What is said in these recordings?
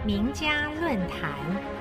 名家论坛。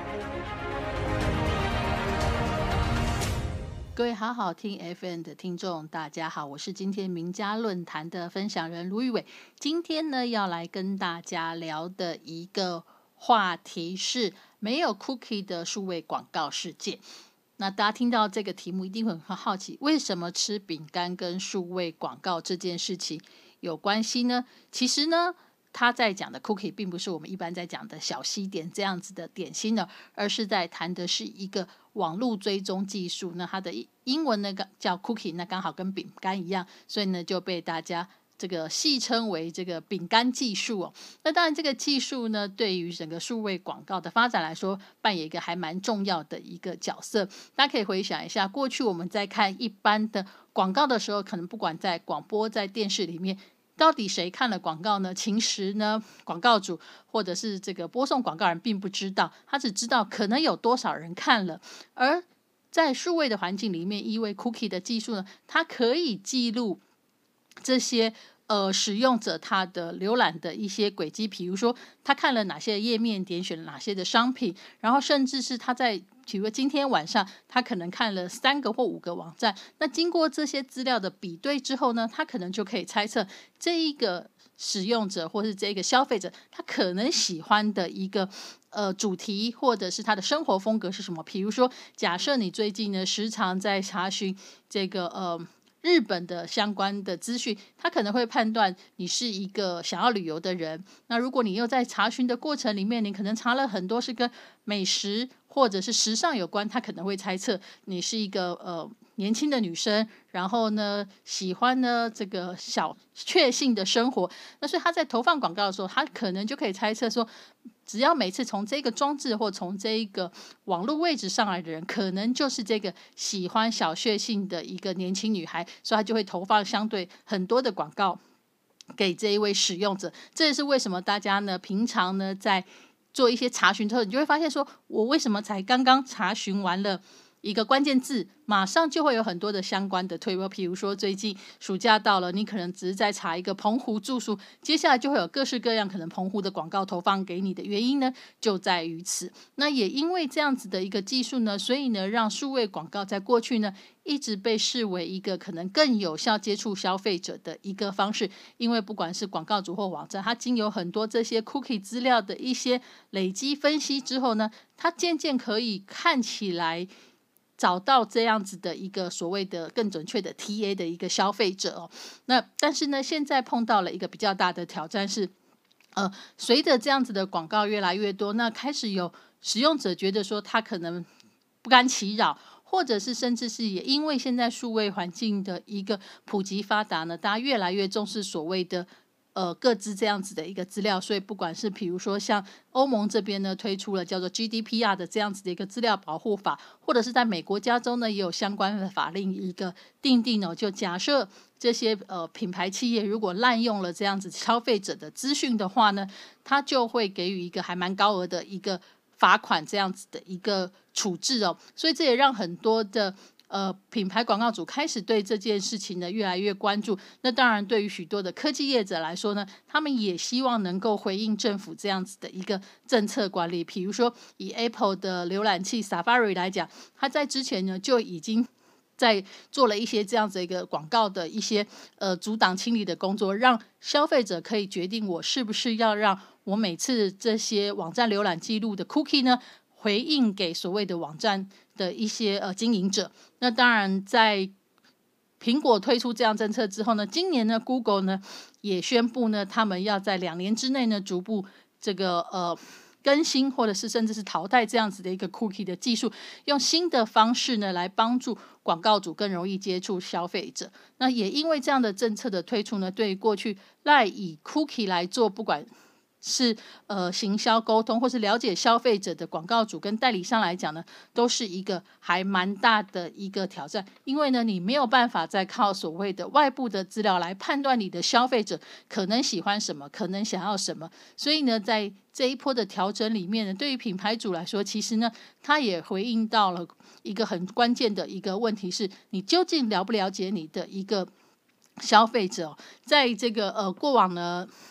各位好好听 FM 的听众，大家好，我是今天名家论坛的分享人卢玉伟。今天呢，要来跟大家聊的一个话题是没有 cookie 的数位广告世界。那大家听到这个题目，一定会很好奇，为什么吃饼干跟数位广告这件事情有关系呢？其实呢，他在讲的 cookie 并不是我们一般在讲的小西点这样子的点心呢，而是在谈的是一个网络追踪技术。那它的英文呢叫 cookie， 那刚好跟饼干一样，所以呢就被大家这个戏称为这个饼干技术哦。那当然这个技术呢，对于整个数位广告的发展来说，扮演一个还蛮重要的一个角色。大家可以回想一下，过去我们在看一般的广告的时候，可能不管在广播在电视里面，到底谁看了广告呢？其实呢，广告主或者是这个播送广告人并不知道，他只知道可能有多少人看了。而在数位的环境里面，因为 cookie 的技术呢，它可以记录这些使用者他的浏览的一些轨迹，比如说他看了哪些页面，点选了哪些的商品，然后甚至是他在比如说今天晚上他可能看了3个或5个网站，那经过这些资料的比对之后呢，他可能就可以猜测这一个使用者或是这个消费者他可能喜欢的一个主题或者是他的生活风格是什么。比如说假设你最近呢时常在查询这个日本的相关的资讯，他可能会判断你是一个想要旅游的人。那如果你又在查询的过程里面，你可能查了很多是跟美食或者是时尚有关，他可能会猜测你是一个年轻的女生，然后呢喜欢呢这个小确幸的生活。那所以他在投放广告的时候，他可能就可以猜测说，只要每次从这个装置或从这一个网络位置上来的人，可能就是这个喜欢小确幸的一个年轻女孩，所以他就会投放相对很多的广告给这一位使用者。这也是为什么大家呢平常呢在做一些查询之后，你就会发现说，我为什么才刚刚查询完了一个关键字，马上就会有很多的相关的推播。比如说最近暑假到了，你可能只是在查一个澎湖住宿，接下来就会有各式各样可能澎湖的广告投放给你的原因呢，就在于此。那也因为这样子的一个技术呢，所以呢，让数位广告在过去呢一直被视为一个可能更有效接触消费者的一个方式。因为不管是广告主或网站，它经有很多这些 cookie 资料的一些累积分析之后呢，它渐渐可以看起来找到这样子的一个所谓的更准确的 TA 的一个消费者哦。那但是呢，现在碰到了一个比较大的挑战是，随着这样子的广告越来越多，那开始有使用者觉得说他可能不甘其扰，或者是甚至是也因为现在数位环境的一个普及发达呢，大家越来越重视所谓的各自这样子的一个资料。所以不管是比如说像欧盟这边呢推出了叫做 GDPR 的这样子的一个资料保护法，或者是在美国加州呢也有相关的法令一个订定哦，就假设这些品牌企业如果滥用了这样子消费者的资讯的话呢，它就会给予一个还蛮高额的一个罚款这样子的一个处置哦。所以这也让很多的品牌广告主开始对这件事情呢越来越关注。那当然对于许多的科技业者来说呢，他们也希望能够回应政府这样子的一个政策管理。比如说以 Apple 的浏览器 Safari 来讲，它在之前呢就已经在做了一些这样子一个广告的一些阻挡清理的工作，让消费者可以决定我是不是要让我每次这些网站浏览记录的 cookie 呢回应给所谓的网站的一些经营者。那当然在苹果推出这样政策之后呢，今年呢 Google 呢也宣布呢，他们要在2年之内呢逐步这个更新或者是甚至是淘汰这样子的一个 cookie 的技术，用新的方式呢来帮助广告主更容易接触消费者。那也因为这样的政策的推出呢，对于过去赖以 cookie 来做不管是行销沟通或是了解消费者的广告主跟代理商来讲呢，都是一个还蛮大的一个挑战。因为呢，你没有办法再靠所谓的外部的资料来判断你的消费者可能喜欢什么，可能想要什么。所以呢，在这一波的调整里面呢，对于品牌主来说，其实呢，他也回应到了一个很关键的一个问题是，你究竟了不了解你的一个消费者。在这个过往呢，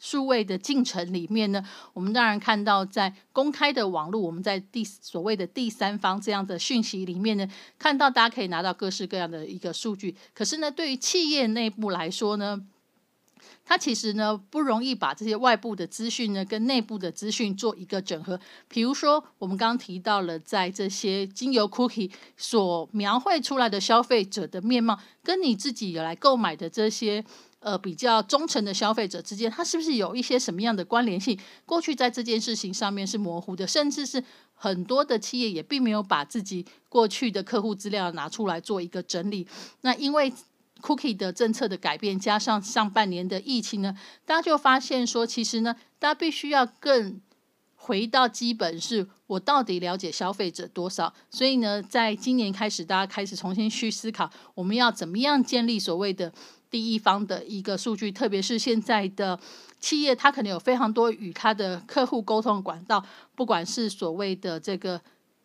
数位的进程里面呢，我们当然看到在公开的网络，我们在所谓的第三方这样的讯息里面呢，看到大家可以拿到各式各样的一个数据。可是呢，对于企业内部来说呢，它其实呢不容易把这些外部的资讯呢跟内部的资讯做一个整合。比如说，我们刚刚提到了，在这些经由 cookie 所描绘出来的消费者的面貌，跟你自己有来购买的这些比较忠诚的消费者之间，它是不是有一些什么样的关联性？过去在这件事情上面是模糊的，甚至是很多的企业也并没有把自己过去的客户资料拿出来做一个整理。那因为cookie 的政策的改变，加上上半年的疫情呢，大家就发现说，其实呢，大家必须要更回到基本，是我到底了解消费者多少。所以呢，在今年开始，大家开始重新去思考，我们要怎么样建立所谓的第一方的一个数据，特别是现在的企业，它可能有非常多与它的客户沟通的管道，不管是所谓的这个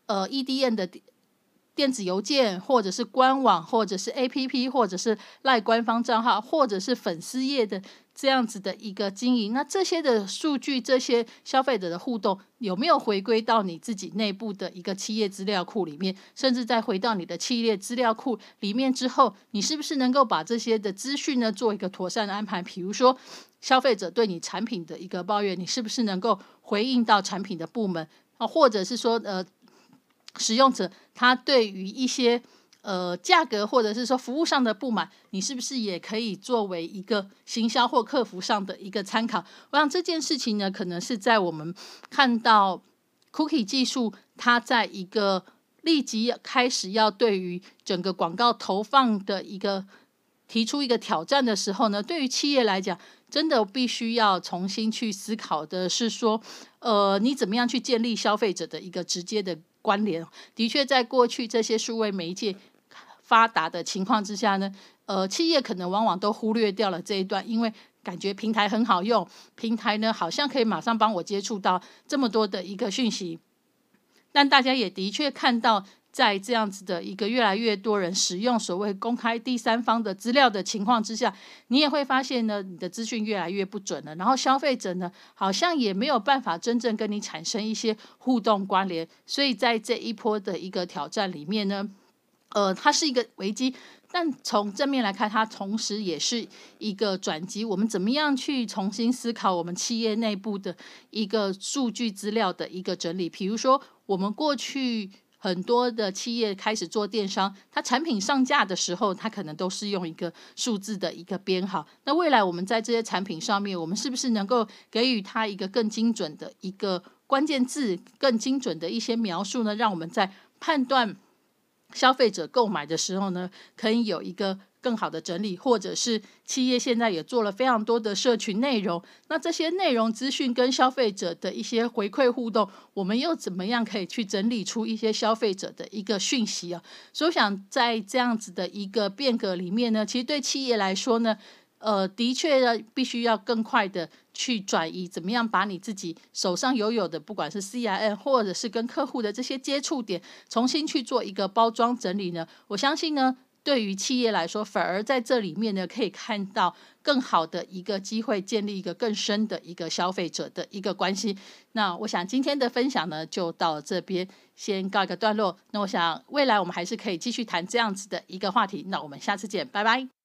EDM 的电子邮件，或者是官网，或者是 APP， 或者是赖官方账号，或者是粉丝页的这样子的一个经营。那这些的数据，这些消费者的互动，有没有回归到你自己内部的一个企业资料库里面，甚至再回到你的企业资料库里面之后，你是不是能够把这些的资讯呢做一个妥善的安排？比如说，消费者对你产品的一个抱怨，你是不是能够回应到产品的部门啊，或者是说使用者他对于一些价格或者是说服务上的不满，你是不是也可以作为一个行销或客服上的一个参考？我想这件事情呢，可能是在我们看到 cookie 技术它在一个立即开始要对于整个广告投放的一个提出一个挑战的时候呢，对于企业来讲，真的必须要重新去思考的是说，你怎么样去建立消费者的一个直接的关联。的确，在过去这些数位媒介发达的情况之下呢，企业可能往往都忽略掉了这一段，因为感觉平台很好用，平台呢好像可以马上帮我接触到这么多的一个讯息。但大家也的确看到，在这样子的一个越来越多人使用所谓公开第三方的资料的情况之下，你也会发现呢，你的资讯越来越不准了，然后消费者呢，好像也没有办法真正跟你产生一些互动关联。所以在这一波的一个挑战里面呢，它是一个危机，但从正面来看，它同时也是一个转机。我们怎么样去重新思考我们企业内部的一个数据资料的一个整理？比如说，我们过去很多的企业开始做电商，它产品上架的时候，它可能都是用一个数字的一个编号。那未来我们在这些产品上面，我们是不是能够给予它一个更精准的一个关键字、更精准的一些描述呢？让我们在判断消费者购买的时候呢，可以有一个更好的整理，或者是企业现在也做了非常多的社群内容，那这些内容资讯跟消费者的一些回馈互动，我们又怎么样可以去整理出一些消费者的一个讯息啊？所以我想在这样子的一个变革里面呢，其实对企业来说呢，的确必须要更快的去转移，怎么样把你自己手上有的，不管是 CRM 或者是跟客户的这些接触点，重新去做一个包装整理呢？我相信呢，对于企业来说，反而在这里面呢，可以看到更好的一个机会，建立一个更深的一个消费者的一个关系。那我想今天的分享呢，就到这边先告一个段落。那我想未来我们还是可以继续谈这样子的一个话题。那我们下次见，拜拜。